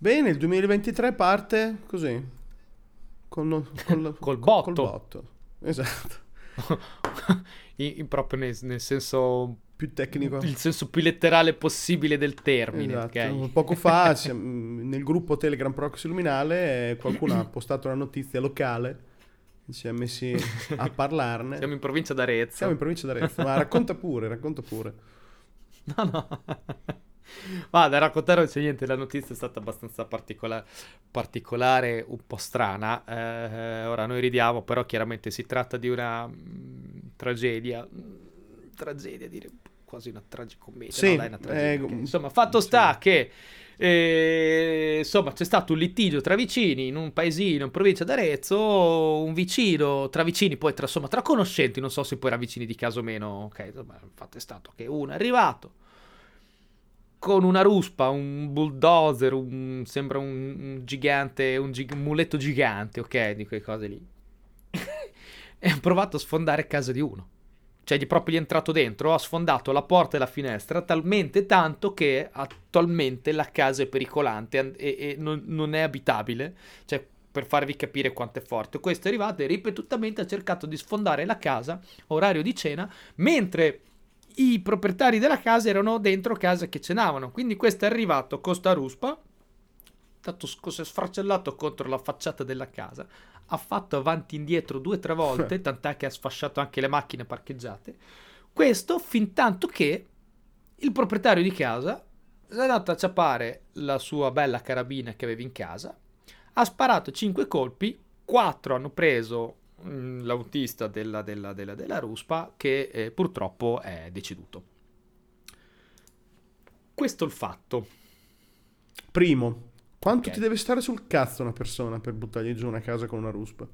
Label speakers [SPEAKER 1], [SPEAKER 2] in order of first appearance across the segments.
[SPEAKER 1] Bene, il 2023 parte così,
[SPEAKER 2] Col
[SPEAKER 1] col
[SPEAKER 2] botto.
[SPEAKER 1] botto. Esatto.
[SPEAKER 2] Proprio nel senso,
[SPEAKER 1] Più tecnico.
[SPEAKER 2] il senso più letterale possibile del termine, ok?
[SPEAKER 1] Esatto. Poco fa nel gruppo Telegram Proxy Luminale qualcuno ha postato una notizia locale, si è messi a parlarne.
[SPEAKER 2] Siamo in provincia
[SPEAKER 1] Siamo in
[SPEAKER 2] d'Arezzo.
[SPEAKER 1] provincia d'Arezzo, ma racconta pure, racconta pure.
[SPEAKER 2] No, no. Ma da raccontare non c'è niente, la notizia è stata abbastanza particolare, un po' strana. Ora noi ridiamo, però chiaramente si tratta di una tragedia. Tragedia, dire quasi una tragicommedia. No, dai,
[SPEAKER 1] Sì,
[SPEAKER 2] una tragedia. Ok. Insomma, fatto sta che insomma, c'è stato un litigio tra vicini in un paesino in provincia d'Arezzo, un vicino tra vicini, poi insomma, tra conoscenti, non so se poi erano vicini di caso o meno, ok, insomma, il fatto è stato che uno è arrivato con una ruspa, un bulldozer, sembra un gigante, un muletto gigante, ok, di quelle cose lì. E ha provato a sfondare casa di uno. Cioè, gli è entrato dentro, ha sfondato la porta e la finestra talmente tanto che attualmente la casa è pericolante e non è abitabile. Cioè, per farvi capire quanto è forte. Questo è arrivato e ripetutamente ha cercato di sfondare la casa, orario di cena, mentre i proprietari della casa erano dentro casa che cenavano. Quindi questo è arrivato con sta ruspa, si è sfracellato contro la facciata della casa, ha fatto avanti e indietro 2 o 3 volte, tant'è che ha sfasciato anche le macchine parcheggiate. Questo fin tanto che il proprietario di casa si è andato a ciapare la sua bella carabina che aveva in casa, ha sparato 5 colpi, 4 hanno preso l'autista della ruspa che purtroppo è deceduto. Questo è il fatto.
[SPEAKER 1] Primo, quanto ti
[SPEAKER 2] Ok.
[SPEAKER 1] deve stare sul cazzo una persona per buttargli giù una casa con una ruspa?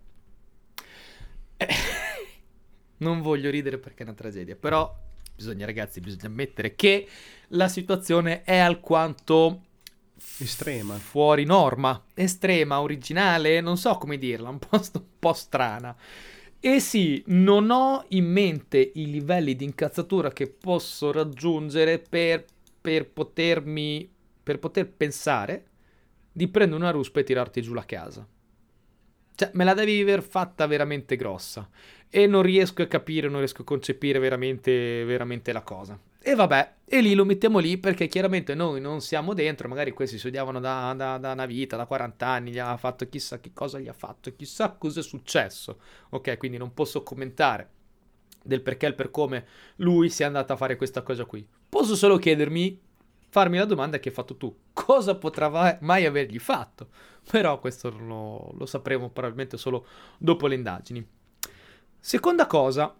[SPEAKER 2] Non voglio ridere perché è una tragedia, però ragazzi, bisogna ammettere che la situazione è alquanto
[SPEAKER 1] Estrema.
[SPEAKER 2] fuori norma, estrema, originale, non so come dirla, un po' strana. E sì, non ho in mente i livelli di incazzatura che posso raggiungere per per poter pensare di prendere una ruspa e tirarti giù la casa. Cioè, me la devi aver fatta veramente grossa. E non riesco a capire, non riesco a concepire veramente la cosa. E vabbè, e lì lo mettiamo lì perché chiaramente noi non siamo dentro, magari questi studiavano da una vita, da 40 anni, gli ha fatto chissà che cosa gli ha fatto e chissà cosa è successo. Ok, quindi non posso commentare del perché e il per come lui sia andato a fare questa cosa qui. Posso solo farmi la domanda che hai fatto tu. Cosa potrà mai avergli fatto? Però questo lo sapremo probabilmente solo dopo le indagini. Seconda cosa,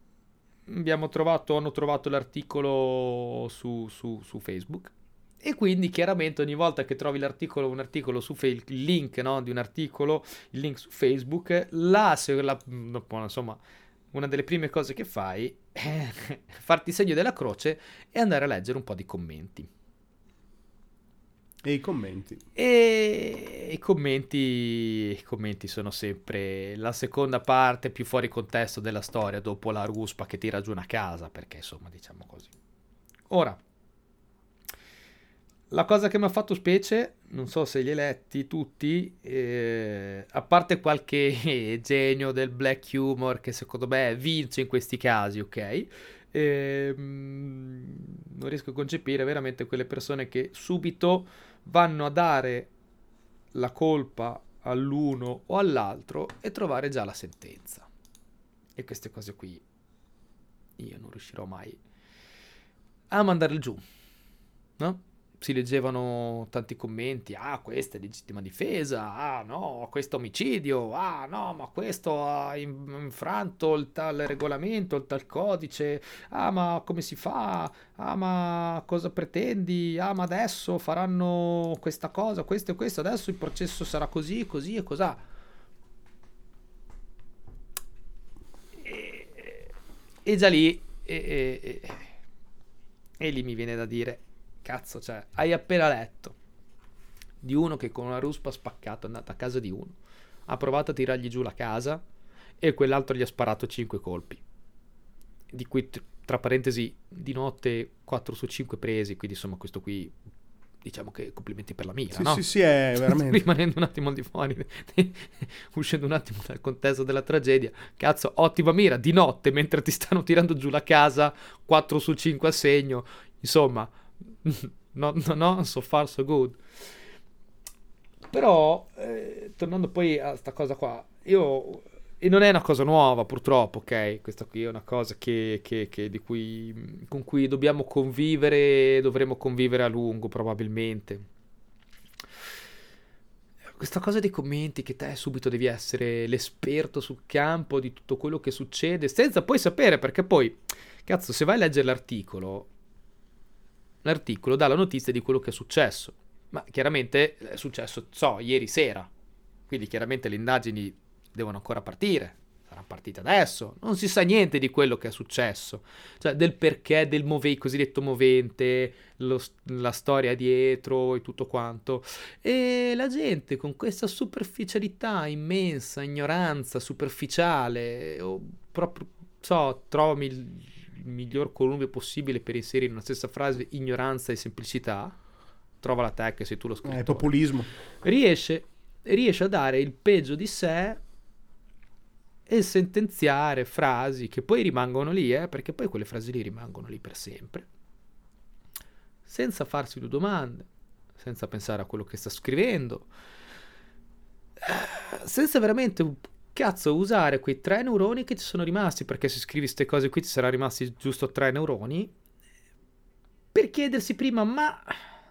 [SPEAKER 2] hanno trovato l'articolo su Facebook e quindi chiaramente ogni volta che trovi un articolo su Facebook, il link, no, di un articolo, il link su Facebook, insomma, una delle prime cose che fai è farti segno della croce e andare a leggere un po' di commenti.
[SPEAKER 1] E i commenti.
[SPEAKER 2] E i commenti sono sempre la seconda parte più fuori contesto della storia, dopo la ruspa che tira giù una casa, perché insomma, diciamo così. Ora, la cosa che mi ha fatto specie, non so se li hai letti tutti, a parte qualche genio del black humor che secondo me vince in questi casi, ok? Non riesco a concepire veramente quelle persone che subito vanno a dare la colpa all'uno o all'altro e trovare già la sentenza. E queste cose qui io non riuscirò mai a mandarle giù, no? Si leggevano tanti commenti, ah, questa è legittima difesa, ah no, questo è omicidio, ah no, ma questo ha infranto il tal regolamento, il tal codice, ah ma come si fa, ah ma cosa pretendi, ah ma adesso faranno questa cosa, questo e questo, adesso il processo sarà così, così e cos'ha. E, e già lì, e lì mi viene da dire, cazzo, cioè, hai appena letto di uno che con una ruspa spaccata è andato a casa di uno, ha provato a tirargli giù la casa e quell'altro gli ha sparato 5 colpi, di cui tra parentesi di notte 4 su 5 presi, quindi insomma questo qui diciamo che complimenti per la mira,
[SPEAKER 1] Sì,
[SPEAKER 2] no?
[SPEAKER 1] sì, sì, è veramente.
[SPEAKER 2] Rimanendo un attimo al di fuori, uscendo un attimo dal contesto della tragedia, cazzo, ottima mira, di notte, mentre ti stanno tirando giù la casa, 4 su 5 a segno, insomma, no, so far so good. Però, tornando poi a sta cosa qua, e non è una cosa nuova purtroppo, ok? Questa qui è una cosa con cui dobbiamo convivere, dovremo convivere a lungo probabilmente. Questa cosa dei commenti, che te subito devi essere l'esperto sul campo di tutto quello che succede, senza poi sapere, perché poi, cazzo, se vai a leggere l'articolo dà la notizia di quello che è successo, ma chiaramente è successo, ieri sera, quindi chiaramente le indagini devono ancora partire, saranno partite adesso, non si sa niente di quello che è successo, cioè del perché del cosiddetto movente, la storia dietro e tutto quanto, e la gente con questa superficialità immensa, ignoranza superficiale, o proprio, trova il miglior connubio possibile per inserire in una stessa frase ignoranza e semplicità, trovala te che sei tu lo scrittore,
[SPEAKER 1] Populismo.
[SPEAKER 2] riesce a dare il peggio di sé e sentenziare frasi che poi rimangono lì, perché poi quelle frasi lì rimangono lì per sempre, senza farsi due domande, senza pensare a quello che sta scrivendo, senza veramente cazzo usare quei 3 neuroni che ci sono rimasti, perché se scrivi queste cose qui ci saranno rimasti giusto 3 neuroni, per chiedersi prima, ma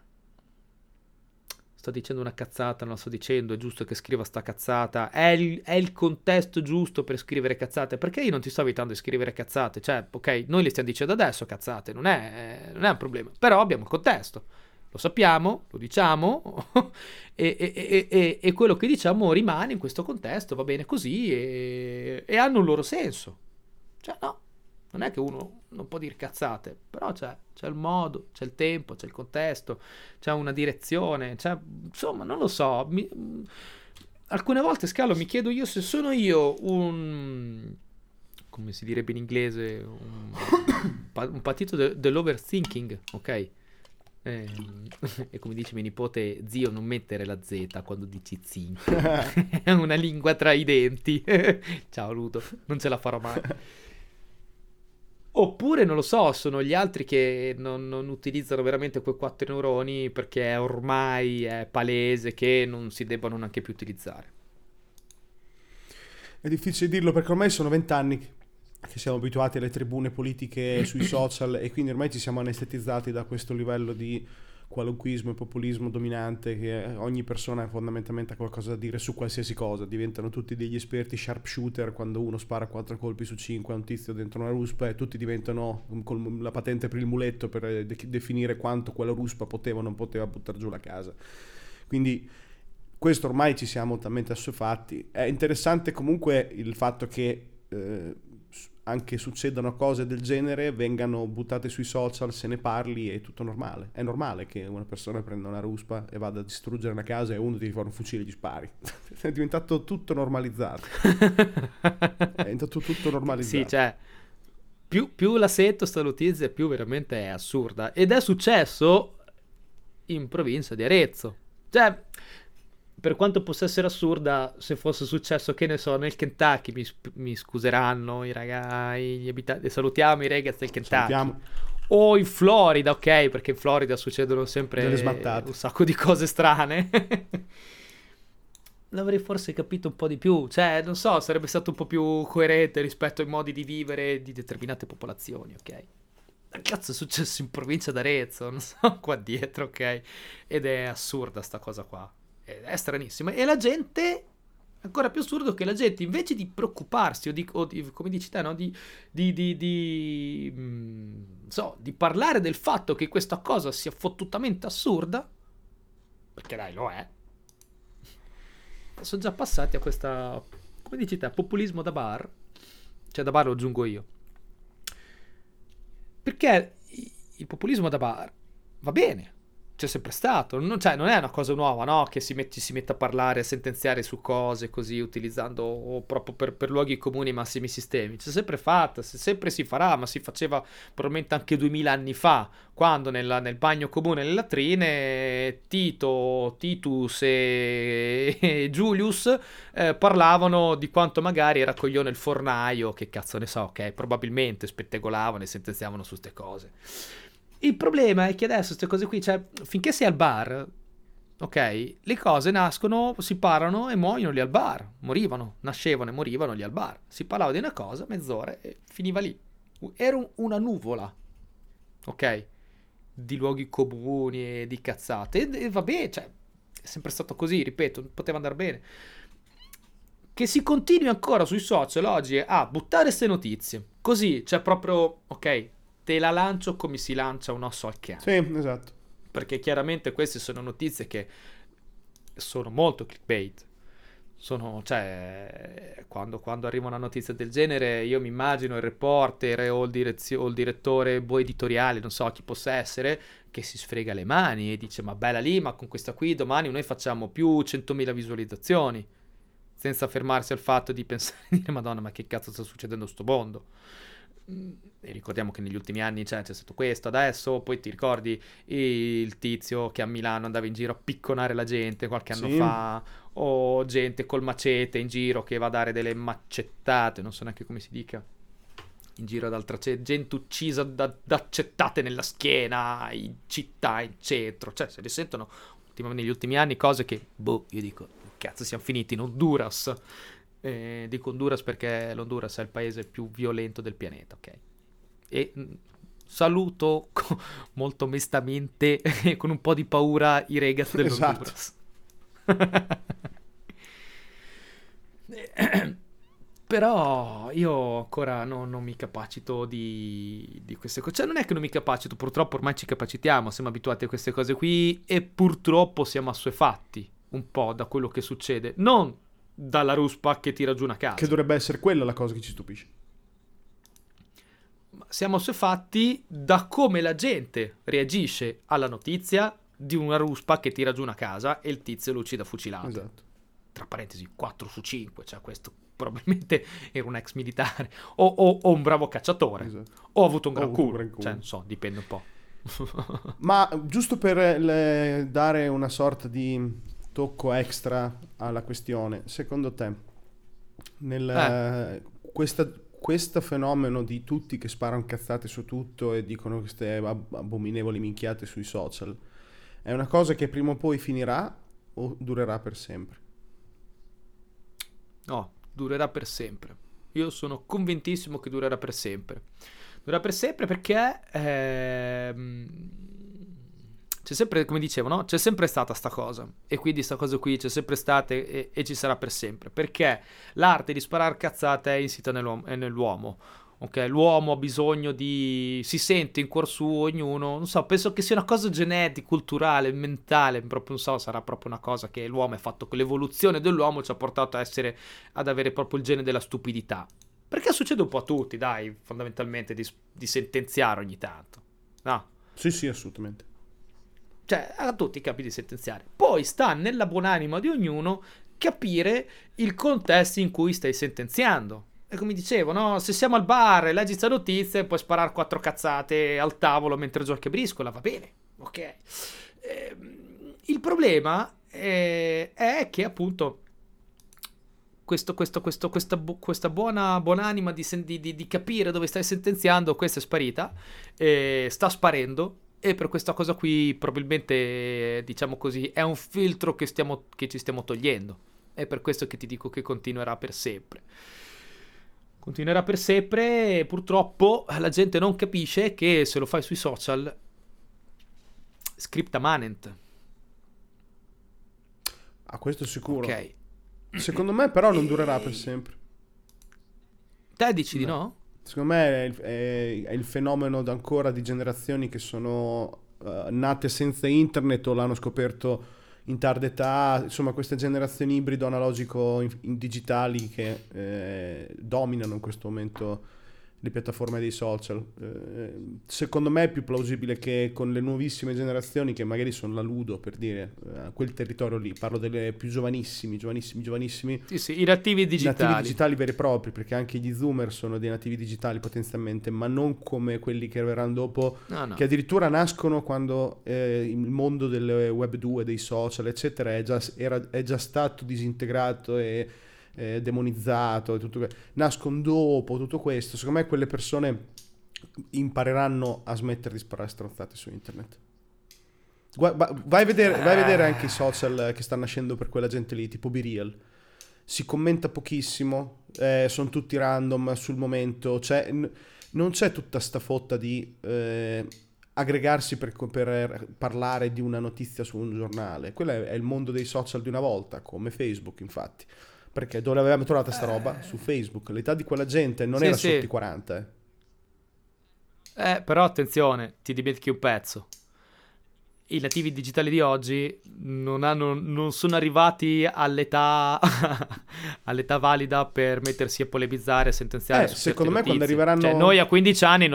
[SPEAKER 2] sto dicendo una cazzata, non la sto dicendo, è giusto che scriva sta cazzata, è il contesto giusto per scrivere cazzate, perché io non ti sto evitando di scrivere cazzate, cioè, ok, noi le stiamo dicendo adesso cazzate, non è un problema, però abbiamo il contesto, lo sappiamo, lo diciamo, e quello che diciamo rimane in questo contesto, va bene così, e hanno un loro senso, cioè no, non è che uno non può dire cazzate, però c'è il modo, c'è il tempo, c'è il contesto, c'è una direzione, insomma, non lo so. Alcune volte, Scalo, mi chiedo io se sono io come si direbbe in inglese, un patito dell'overthinking, ok? E come dice mio nipote, zio, non mettere la Z quando dici zinc. È una lingua tra i denti. Ciao Ludo, non ce la farò mai. Oppure, non lo so, sono gli altri che non utilizzano veramente quei 4 neuroni perché ormai è palese che non si debbano neanche più utilizzare.
[SPEAKER 1] È difficile dirlo perché ormai sono 20 anni che siamo abituati alle tribune politiche sui social e quindi ormai ci siamo anestetizzati da questo livello di qualunquismo e populismo dominante, che ogni persona fondamentalmente ha qualcosa da dire su qualsiasi cosa, diventano tutti degli esperti sharpshooter quando uno spara 4 colpi su 5 a un tizio dentro una ruspa e tutti diventano con la patente per il muletto per definire quanto quella ruspa poteva o non poteva buttare giù la casa. Quindi questo ormai ci siamo talmente assuefatti. È interessante comunque il fatto che anche succedano cose del genere, vengano buttate sui social, se ne parli, è tutto normale. È normale che una persona prenda una ruspa e vada a distruggere una casa e uno ti fa un fucile e gli spari. È diventato tutto normalizzato. È diventato tutto normalizzato.
[SPEAKER 2] Sì, cioè, più la sento sta notizia, più veramente è assurda. Ed è successo in provincia di Arezzo. Cioè, per quanto possa essere assurda, se fosse successo, che ne so, nel Kentucky, mi scuseranno gli abitanti, salutiamo i ragazzi del Kentucky.
[SPEAKER 1] Salutiamo.
[SPEAKER 2] O in Florida, ok, perché in Florida succedono sempre un sacco di cose strane. L'avrei forse capito un po' di più, cioè, non so, sarebbe stato un po' più coerente rispetto ai modi di vivere di determinate popolazioni, ok? Ma cazzo è successo in provincia d'Arezzo, non so, qua dietro, ok? Ed è assurda sta cosa qua. È stranissimo, e la gente, ancora più assurdo, che la gente invece di preoccuparsi o di come dici te, no? di parlare del fatto che questa cosa sia fottutamente assurda, perché dai, lo è, sono già passati a questa, come dici te, populismo da bar, cioè da bar lo aggiungo io, perché il populismo da bar va bene, c'è sempre stato, cioè non è una cosa nuova, no? Che si metta a parlare, a sentenziare su cose così, utilizzando o proprio per luoghi comuni i massimi sistemi. C'è sempre fatta, sempre si farà, ma si faceva probabilmente anche 2000 anni fa, quando nel bagno comune, nelle latrine, Titus e Julius parlavano di quanto magari era coglione il fornaio, che cazzo ne so, ok? Probabilmente spettegolavano e sentenziavano su ste cose. Il problema è che adesso queste cose qui, cioè, finché sei al bar, ok, le cose nascono, si parlano e muoiono lì al bar. Morivano, nascevano e morivano lì al bar. Si parlava di una cosa, mezz'ora e finiva lì. Era una nuvola, ok, di luoghi comuni e di cazzate. E vabbè, cioè, è sempre stato così, ripeto, poteva andare bene. Che si continui ancora sui social oggi a buttare queste notizie. Così, cioè proprio, ok, te la lancio come si lancia un osso al cane.
[SPEAKER 1] Sì, esatto.
[SPEAKER 2] Perché chiaramente queste sono notizie che sono molto clickbait. Sono, cioè, quando arriva una notizia del genere, io mi immagino il reporter o il direttore editoriale, non so chi possa essere, che si sfrega le mani e dice: ma bella lì, ma con questa qui domani noi facciamo più 100.000 visualizzazioni. Senza fermarsi al fatto di pensare, dire, Madonna, ma che cazzo sta succedendo a sto mondo? E ricordiamo che negli ultimi anni c'è stato questo, adesso poi ti ricordi il tizio che a Milano andava in giro a picconare la gente qualche anno fa, o gente col macete in giro che va a dare delle macettate, non so neanche come si dica, in giro ad altra gente uccisa d'accettate nella schiena in città, in centro, cioè se ne sentono negli ultimi anni cose che, io dico, cazzo siamo finiti in Honduras. Dico Honduras perché l'Honduras è il paese più violento del pianeta, ok? E saluto molto mestamente e con un po' di paura i regas dell'Honduras. Esatto. Però io ancora non mi capacito di queste cose. Cioè non è che non mi capacito, purtroppo ormai ci capacitiamo, siamo abituati a queste cose qui e purtroppo siamo assuefatti un po' da quello che succede. Non dalla ruspa che tira giù una casa.
[SPEAKER 1] Che dovrebbe essere quella la cosa che ci stupisce.
[SPEAKER 2] Siamo assuefatti da come la gente reagisce alla notizia di una ruspa che tira giù una casa e il tizio lo uccide a fucilate.
[SPEAKER 1] Esatto.
[SPEAKER 2] Tra parentesi 4 su 5, cioè questo probabilmente era un ex militare o un bravo cacciatore, esatto. O ha avuto un gran culo, cioè non so, dipende un po'.
[SPEAKER 1] Ma giusto per dare una sorta di tocco extra alla questione, secondo te questo fenomeno di tutti che sparano cazzate su tutto e dicono queste abominevoli minchiate sui social è una cosa che prima o poi finirà o durerà per sempre?
[SPEAKER 2] No, durerà per sempre. Io sono convintissimo che durerà per sempre. Durerà per sempre perché c'è sempre, come dicevo, no? C'è sempre stata sta cosa. E quindi sta cosa qui c'è sempre stata e ci sarà per sempre. Perché l'arte di sparare cazzate è insita nell'uomo. Ok, l'uomo ha bisogno di... si sente in cuor suo ognuno, non so, penso che sia una cosa genetica, culturale, mentale, proprio non so, sarà proprio una cosa che l'uomo è fatto con l'evoluzione dell'uomo, ci ha portato ad avere proprio il gene della stupidità. Perché succede un po' a tutti, dai, fondamentalmente, di sentenziare ogni tanto, no?
[SPEAKER 1] Sì, assolutamente.
[SPEAKER 2] Cioè, a tutti capi di sentenziare. Poi sta nella buonanima di ognuno capire il contesto in cui stai sentenziando. E come dicevo, no? Se siamo al bar e leggi questa notizia, puoi sparare 4 cazzate al tavolo mentre giochi a briscola, va bene, ok. Il problema è che appunto questa buonanima di capire dove stai sentenziando, questa è sparita, sta sparendo, e per questa cosa qui probabilmente, diciamo così, è un filtro che ci stiamo togliendo. È per questo che ti dico che continuerà per sempre. Continuerà per sempre e purtroppo la gente non capisce che se lo fai sui social scripta manent.
[SPEAKER 1] Ah, questo è sicuro.
[SPEAKER 2] Ok.
[SPEAKER 1] Secondo me però non durerà per sempre.
[SPEAKER 2] Te dici di no?
[SPEAKER 1] Secondo me è il fenomeno ancora di generazioni che sono nate senza internet o l'hanno scoperto in tarda età, insomma queste generazioni ibrido analogico in digitali che dominano in questo momento le piattaforme dei social. Secondo me è più plausibile che con le nuovissime generazioni, che magari sono la Ludo, per dire, quel territorio lì, parlo delle più giovanissimi,
[SPEAKER 2] Sì, i nativi digitali
[SPEAKER 1] veri e propri, perché anche gli zoomer sono dei nativi digitali potenzialmente, ma non come quelli che verranno dopo,
[SPEAKER 2] no.
[SPEAKER 1] che addirittura nascono quando il mondo del web 2, dei social eccetera è già stato disintegrato e demonizzato e tutto, nascono dopo tutto questo. Secondo me quelle persone impareranno a smettere di sparare stronzate su internet. Vai a vedere anche i social che stanno nascendo per quella gente lì, tipo BeReal. Si commenta pochissimo, sono tutti random sul momento, non c'è tutta sta fotta di aggregarsi per parlare di una notizia su un giornale. Quello è il mondo dei social di una volta, come Facebook infatti. Perché dove avevamo trovato sta roba? Su Facebook. L'età di quella gente non era sotto i 40.
[SPEAKER 2] Però attenzione, ti dimentichi un pezzo. I nativi digitali di oggi non sono arrivati all'età all'età valida per mettersi a polemizzare, a sentenziare su
[SPEAKER 1] secondo me
[SPEAKER 2] notizie.
[SPEAKER 1] Quando arriveranno...
[SPEAKER 2] Cioè, noi a 15 anni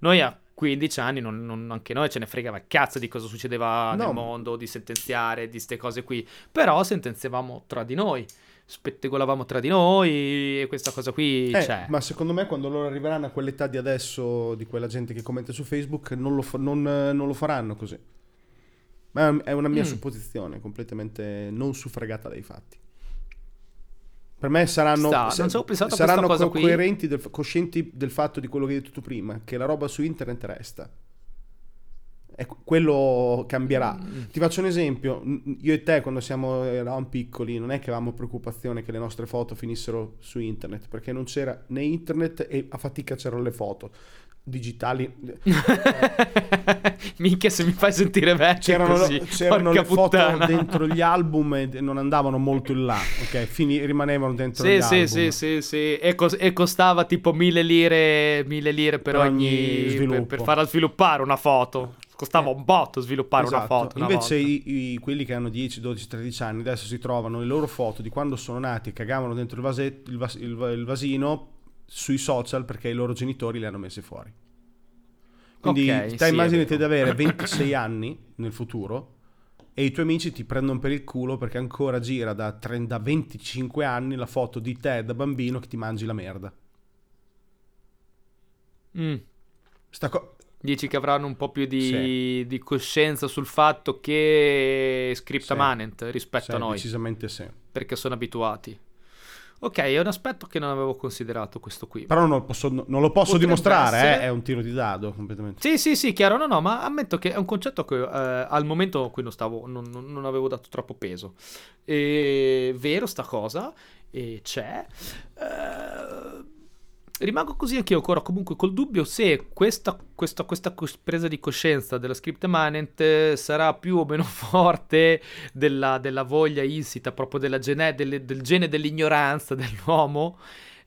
[SPEAKER 2] anche noi ce ne fregava cazzo di cosa succedeva nel mondo, di sentenziare, di ste cose qui. Però sentenziavamo tra di noi, spettegolavamo tra di noi, e questa cosa qui c'è.
[SPEAKER 1] Ma secondo me quando loro arriveranno a quell'età di adesso, di quella gente che commenta su Facebook, non lo faranno così. Ma è una mia supposizione completamente non suffragata dai fatti. Per me saranno coerenti, coscienti del fatto di quello che hai detto tu prima, che la roba su internet resta. E quello cambierà. Ti faccio un esempio. Io e te quando eravamo piccoli non è che avevamo preoccupazione che le nostre foto finissero su internet, perché non c'era né internet e a fatica c'erano le foto digitali.
[SPEAKER 2] Minchia, se mi fai sentire vecchio
[SPEAKER 1] c'erano le foto dentro gli album e non andavano molto in là, ok? Rimanevano dentro gli album.
[SPEAKER 2] Sì. E costava tipo 1.000 lire per ogni
[SPEAKER 1] sviluppo,
[SPEAKER 2] per farla sviluppare una foto. Costava un botto sviluppare una foto.
[SPEAKER 1] Invece quelli che hanno 10, 12, 13 anni adesso si trovano le loro foto di quando sono nati e cagavano dentro il vasino sui social perché i loro genitori le hanno messe fuori. Quindi immaginate di avere 26 anni nel futuro e i tuoi amici ti prendono per il culo perché ancora gira da 25 anni la foto di te da bambino che ti mangi la merda.
[SPEAKER 2] Dici che avranno un po' più di coscienza sul fatto che scripta manent rispetto a noi.
[SPEAKER 1] Decisamente sì.
[SPEAKER 2] Perché sono abituati. Ok, è un aspetto che non avevo considerato questo qui.
[SPEAKER 1] Però non lo posso dimostrare, è un tiro di dado completamente.
[SPEAKER 2] Sì, chiaro, no, ma ammetto che è un concetto che al momento qui non avevo dato troppo peso. Vero sta cosa, e c'è. Rimango così anch'io ancora comunque col dubbio se questa presa di coscienza della scripta manent sarà più o meno forte della voglia insita proprio del gene dell'ignoranza dell'uomo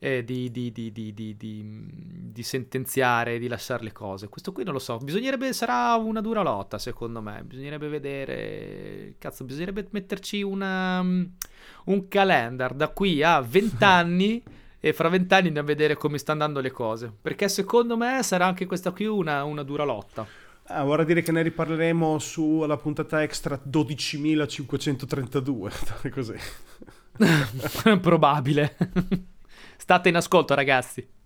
[SPEAKER 2] di sentenziare, di lasciare le cose. Questo qui non lo so, sarà una dura lotta secondo me, bisognerebbe vedere, bisognerebbe metterci un calendar da qui a 20 anni e fra 20 anni andiamo a vedere come stanno andando le cose, perché secondo me sarà anche questa qui una dura lotta.
[SPEAKER 1] Vorrà dire che ne riparleremo sulla puntata extra 12.532 così.
[SPEAKER 2] Probabile. State in ascolto, ragazzi.